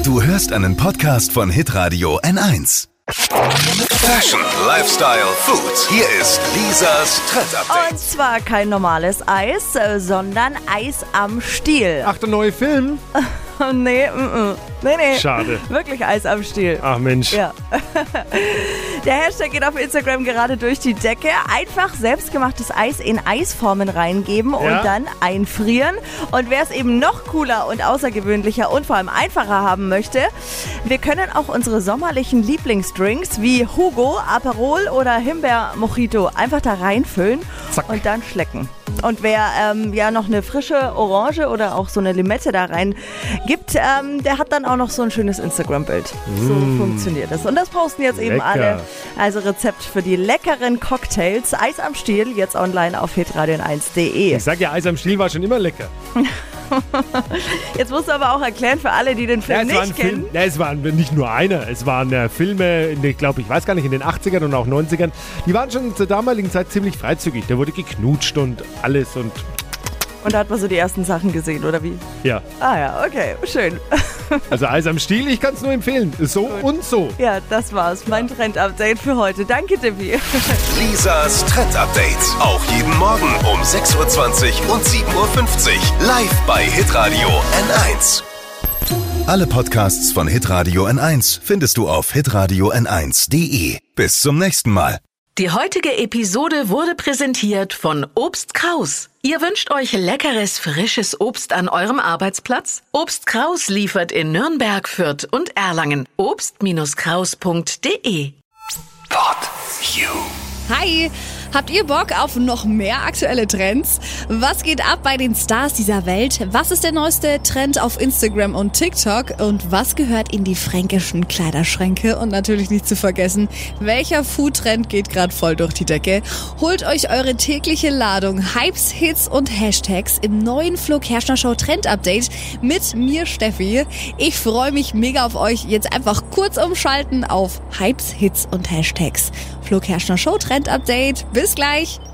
Du hörst einen Podcast von Hitradio N1. Fashion, Lifestyle, Food. Hier ist Lisas Trend-Update. Und zwar kein normales Eis, sondern Eis am Stiel. Ach, der neue Film? Nee. Schade. Wirklich Eis am Stiel. Ach Mensch. Ja. Der Hashtag geht auf Instagram gerade durch die Decke. Einfach selbstgemachtes Eis in Eisformen reingeben und dann einfrieren. Und wer es eben noch cooler und außergewöhnlicher und vor allem einfacher haben möchte, wir können auch unsere sommerlichen Lieblingsdrinks wie Hugo, Aperol oder Himbeer-Mojito einfach da reinfüllen und dann schlecken. Und wer noch eine frische Orange oder auch so eine Limette da rein gibt, der hat dann auch noch so ein schönes Instagram-Bild. So funktioniert das. Und das posten jetzt eben alle. Also Rezept für die leckeren Cocktails. Eis am Stiel, jetzt online auf hitradion1.de. Ich sag ja, Eis am Stiel war schon immer lecker. Jetzt musst du aber auch erklären für alle, die den Film nicht kennen. Es waren nicht nur einer. Es waren Filme, in den, ich weiß gar nicht, in den 80ern und auch 90ern. Die waren schon zur damaligen Zeit ziemlich freizügig. Da wurde geknutscht und alles und... Und da hat man so die ersten Sachen gesehen, oder wie? Ja. Ah ja, okay, schön. Also Eis am Stiel, ich kann es nur empfehlen. So und so. Ja, das war's. Mein Trend-Update für heute. Danke, Dippy. Lisas Trend-Update. Auch jeden Morgen um 6.20 Uhr und 7.50 Uhr. Live bei Hitradio N1. Alle Podcasts von Hitradio N1 findest du auf hitradio n1.de. Bis zum nächsten Mal. Die heutige Episode wurde präsentiert von Obst Kraus. Ihr wünscht euch leckeres, frisches Obst an eurem Arbeitsplatz? Obst Kraus liefert in Nürnberg, Fürth und Erlangen. Obst-Kraus.de. Pod You. Hi, habt ihr Bock auf noch mehr aktuelle Trends? Was geht ab bei den Stars dieser Welt? Was ist der neueste Trend auf Instagram und TikTok? Und was gehört in die fränkischen Kleiderschränke? Und natürlich nicht zu vergessen, welcher Foodtrend geht gerade voll durch die Decke? Holt euch eure tägliche Ladung Hypes, Hits und Hashtags im neuen Flo Kerschner Show Trend Update mit mir, Steffi. Ich freue mich mega auf euch. Jetzt einfach kurz umschalten auf Hypes, Hits und Hashtags. Flo Kerschner Show Trend Update. Bis gleich.